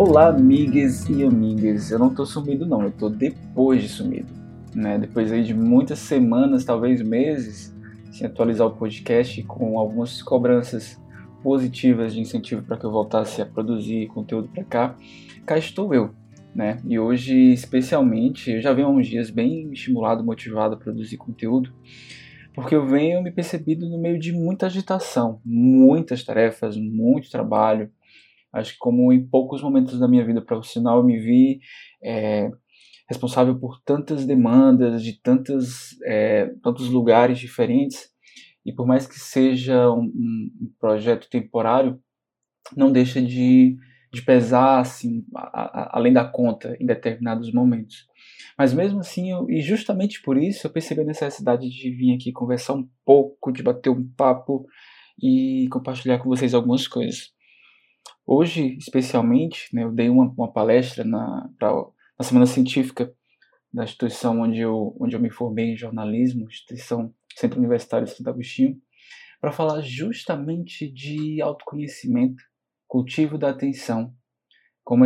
Olá, amigas e amigas. Eu não tô sumido não, eu tô depois de sumido, né? Depois aí de muitas semanas, talvez meses, sem atualizar o podcast, com algumas cobranças positivas de incentivo para que eu voltasse a produzir conteúdo para cá estou eu, né? E hoje, especialmente, eu já venho há uns dias bem estimulado, motivado a produzir conteúdo, porque eu venho me percebido no meio de muita agitação, muitas tarefas, muito trabalho. Acho que como em poucos momentos da minha vida profissional eu me vi responsável por tantas demandas, de tantos lugares diferentes, e por mais que seja um projeto temporário, não deixa de pesar assim, além da conta em determinados momentos. Mas mesmo assim, e justamente por isso, eu percebi a necessidade de vir aqui conversar um pouco, de bater um papo e compartilhar com vocês algumas coisas. Hoje, especialmente, né, eu dei uma palestra na Semana Científica da instituição onde eu me formei em jornalismo, instituição Centro Universitário de Santo Agostinho, para falar justamente de autoconhecimento, cultivo da atenção, como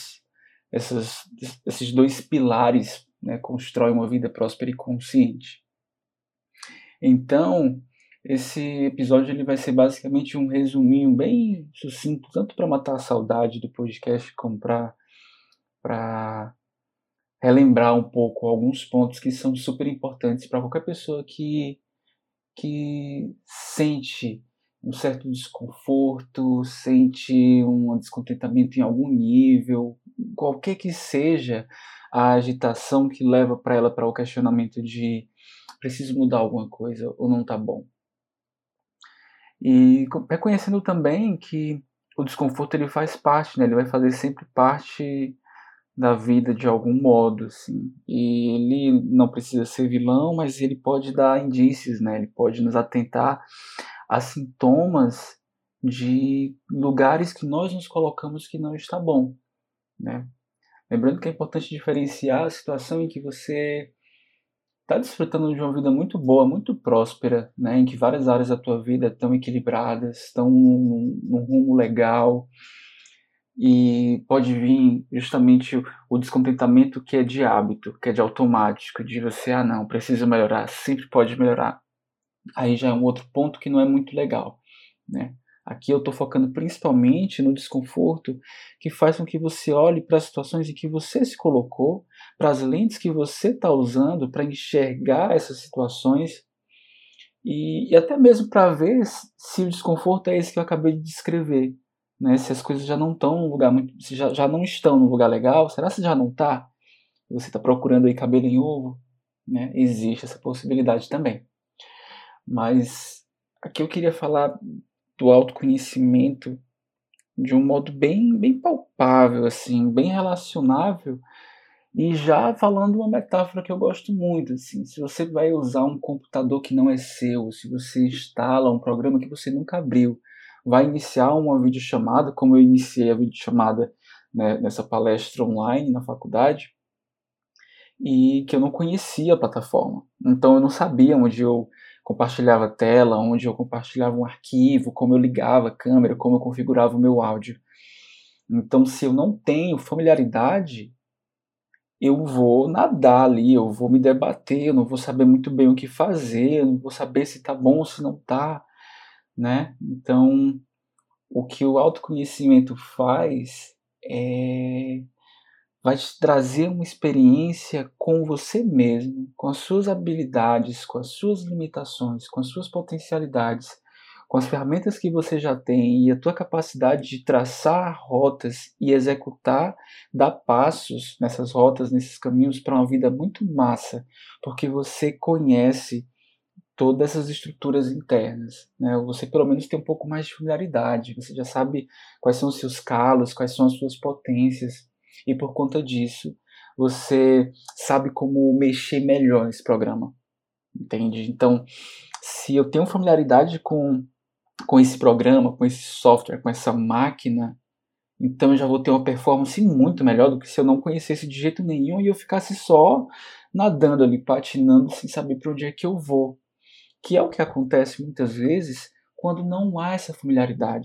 esses dois pilares, né, constroem uma vida próspera e consciente. Então, esse episódio ele vai ser basicamente um resuminho bem sucinto, tanto para matar a saudade do podcast, como para relembrar um pouco alguns pontos que são super importantes para qualquer pessoa que sente um certo desconforto, sente um descontentamento em algum nível, qualquer que seja a agitação que leva para ela para o questionamento de preciso mudar alguma coisa ou não está bom. E reconhecendo também que o desconforto ele faz parte, né? Ele vai fazer sempre parte da vida de algum modo, assim. E ele não precisa ser vilão, mas ele pode dar indícios, né? Ele pode nos atentar a sintomas de lugares que nós nos colocamos que não está bom, né? Lembrando que é importante diferenciar a situação em que você está desfrutando de uma vida muito boa, muito próspera, né, em que várias áreas da tua vida estão equilibradas, estão num rumo legal, e pode vir justamente o descontentamento que é de hábito, que é de automático, de você, não, preciso melhorar, sempre pode melhorar. Aí já é um outro ponto que não é muito legal, né? Aqui eu estou focando principalmente no desconforto que faz com que você olhe para as situações em que você se colocou, para as lentes que você está usando para enxergar essas situações e até mesmo para ver se o desconforto é esse que eu acabei de descrever, né? Se as coisas já não estão num lugar muito, se já não estão num lugar legal, será que já não está? Você está procurando aí cabelo em ovo, né? Existe essa possibilidade também. Mas aqui eu queria falar do autoconhecimento de um modo bem palpável, assim, bem relacionável, e já falando uma metáfora que eu gosto muito, assim, se você vai usar um computador que não é seu, se você instala um programa que você nunca abriu, vai iniciar uma videochamada, como eu iniciei a videochamada, né, nessa palestra online na faculdade, e que eu não conhecia a plataforma. Então eu não sabia onde eu compartilhava a tela, onde eu compartilhava um arquivo, como eu ligava a câmera, como eu configurava o meu áudio. Então, se eu não tenho familiaridade, eu vou nadar ali, eu vou me debater, eu não vou saber muito bem o que fazer, eu não vou saber se está bom ou se não está, né? Então, o que o autoconhecimento faz é vai te trazer uma experiência com você mesmo, com as suas habilidades, com as suas limitações, com as suas potencialidades, com as ferramentas que você já tem e a tua capacidade de traçar rotas e executar, dar passos nessas rotas, nesses caminhos para uma vida muito massa, porque você conhece todas essas estruturas internas, né? Você pelo menos tem um pouco mais de familiaridade, você já sabe quais são os seus calos, quais são as suas potências, e por conta disso, você sabe como mexer melhor nesse programa, entende? Então, se eu tenho familiaridade com esse programa, com esse software, com essa máquina, então eu já vou ter uma performance muito melhor do que se eu não conhecesse de jeito nenhum e eu ficasse só nadando ali, patinando, sem saber para onde é que eu vou. Que é o que acontece muitas vezes quando não há essa familiaridade.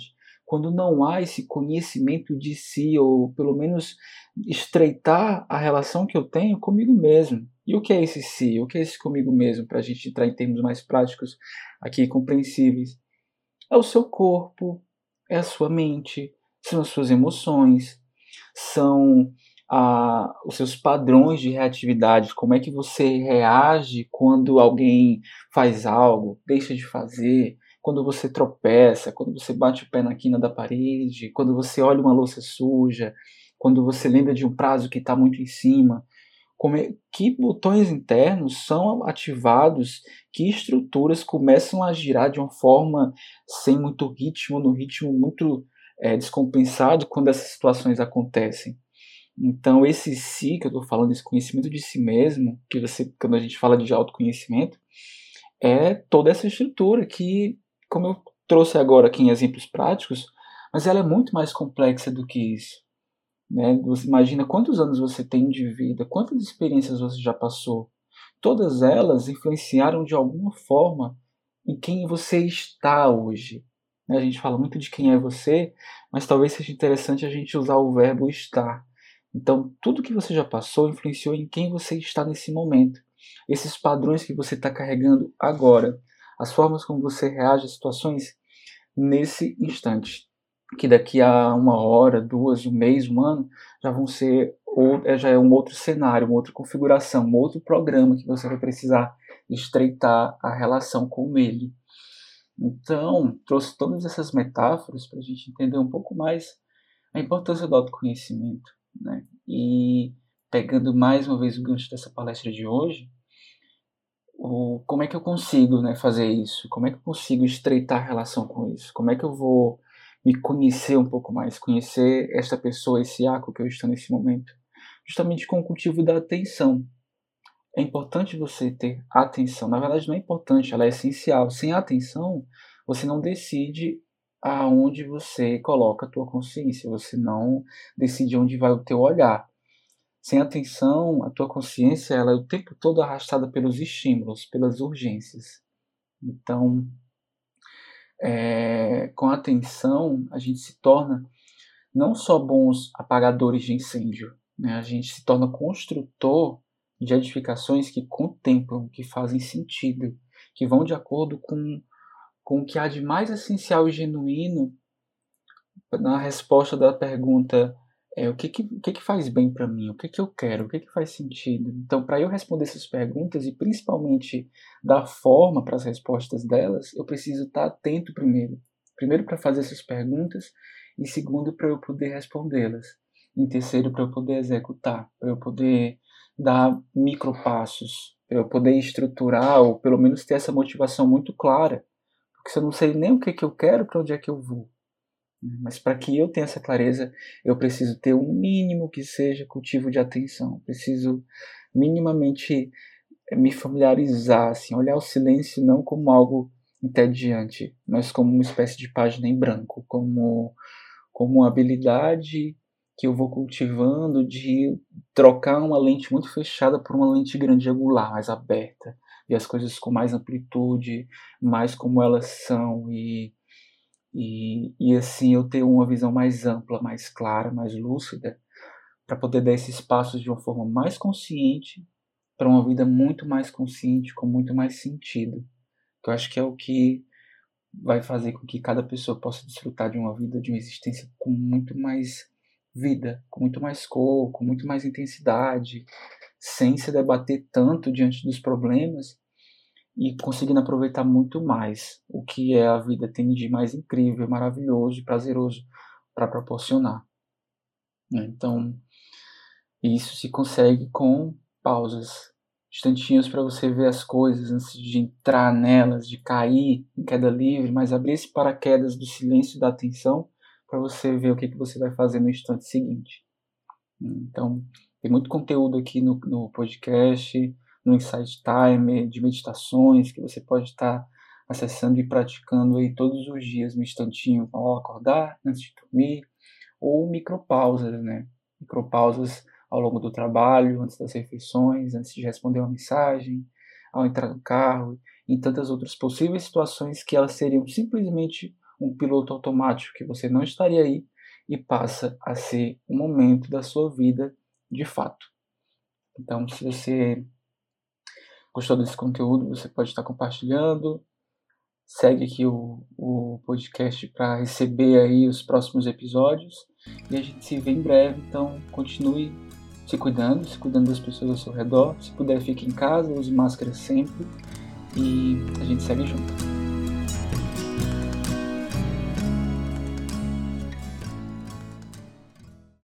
quando não há esse conhecimento de si, ou pelo menos estreitar a relação que eu tenho comigo mesmo. E o que é esse si? O que é esse comigo mesmo? Para a gente entrar em termos mais práticos aqui, compreensíveis. É o seu corpo, é a sua mente, são as suas emoções, são os seus padrões de reatividade, como é que você reage quando alguém faz algo, deixa de fazer, quando você tropeça, quando você bate o pé na quina da parede, quando você olha uma louça suja, quando você lembra de um prazo que está muito em cima. Que botões internos são ativados, que estruturas começam a girar de uma forma sem muito ritmo, no ritmo muito descompensado quando essas situações acontecem. Então, esse si que eu estou falando, esse conhecimento de si mesmo, quando a gente fala de autoconhecimento, é toda essa estrutura que, como eu trouxe agora aqui em exemplos práticos, mas ela é muito mais complexa do que isso. Né? Você imagina quantos anos você tem de vida, quantas experiências você já passou. Todas elas influenciaram de alguma forma em quem você está hoje. Né? A gente fala muito de quem é você, mas talvez seja interessante a gente usar o verbo estar. Então, tudo que você já passou influenciou em quem você está nesse momento. Esses padrões que você está carregando agora, as formas como você reage a situações nesse instante, que daqui a uma hora, duas, um mês, um ano, já vão ser já é um outro cenário, uma outra configuração, um outro programa que você vai precisar estreitar a relação com ele. Então, trouxe todas essas metáforas para a gente entender um pouco mais a importância do autoconhecimento, né? E pegando mais uma vez o gancho dessa palestra de hoje, como é que eu consigo, né, fazer isso? Como é que eu consigo estreitar a relação com isso? Como é que eu vou me conhecer um pouco mais, conhecer esta pessoa, esse Iaco que eu estou nesse momento? Justamente com o cultivo da atenção. É importante você ter atenção. Na verdade, não é importante, ela é essencial. Sem atenção, você não decide aonde você coloca a tua consciência, você não decide onde vai o teu olhar. Sem atenção, a tua consciência ela é o tempo todo arrastada pelos estímulos, pelas urgências. Então, com a atenção, a gente se torna não só bons apagadores de incêndio, né? A gente se torna construtor de edificações que contemplam, que fazem sentido, que vão de acordo com o que há de mais essencial e genuíno na resposta da pergunta o que faz bem para mim, o que eu quero, o que faz sentido. Então, para eu responder essas perguntas e principalmente dar forma para as respostas delas, eu preciso estar atento primeiro. Primeiro para fazer essas perguntas e segundo para eu poder respondê-las. Em terceiro para eu poder executar, para eu poder dar micropassos, para eu poder estruturar ou pelo menos ter essa motivação muito clara. Porque se eu não sei nem o que eu quero, para onde é que eu vou? Mas para que eu tenha essa clareza, eu preciso ter um mínimo que seja cultivo de atenção. Preciso minimamente me familiarizar, assim, olhar o silêncio não como algo entediante, mas como uma espécie de página em branco, como uma habilidade que eu vou cultivando de trocar uma lente muito fechada por uma lente grande angular, mais aberta, e as coisas com mais amplitude, mais como elas são, e assim eu ter uma visão mais ampla, mais clara, mais lúcida, para poder dar esses passos de uma forma mais consciente, para uma vida muito mais consciente, com muito mais sentido. Que eu acho que é o que vai fazer com que cada pessoa possa desfrutar de uma vida, de uma existência com muito mais vida, com muito mais cor, com muito mais intensidade, sem se debater tanto diante dos problemas e conseguindo aproveitar muito mais o que a vida tem de mais incrível, maravilhoso e prazeroso para proporcionar, né? Então, isso se consegue com pausas, instantinhos para você ver as coisas antes de entrar nelas, de cair em queda livre, mas abrir esse paraquedas do silêncio e da atenção para você ver o que você vai fazer no instante seguinte. Então, tem muito conteúdo aqui no podcast, no Insight Timer, de meditações que você pode estar acessando e praticando aí todos os dias, no instantinho, ao acordar, antes de dormir, ou micropausas, né? Micropausas ao longo do trabalho, antes das refeições, antes de responder uma mensagem, ao entrar no carro, em tantas outras possíveis situações que elas seriam simplesmente um piloto automático, que você não estaria aí e passa a ser um momento da sua vida de fato. Então, se você gostou desse conteúdo, você pode estar compartilhando, segue aqui o podcast para receber aí os próximos episódios e a gente se vê em breve, então continue se cuidando das pessoas ao seu redor, se puder fique em casa, use máscara sempre e a gente segue junto.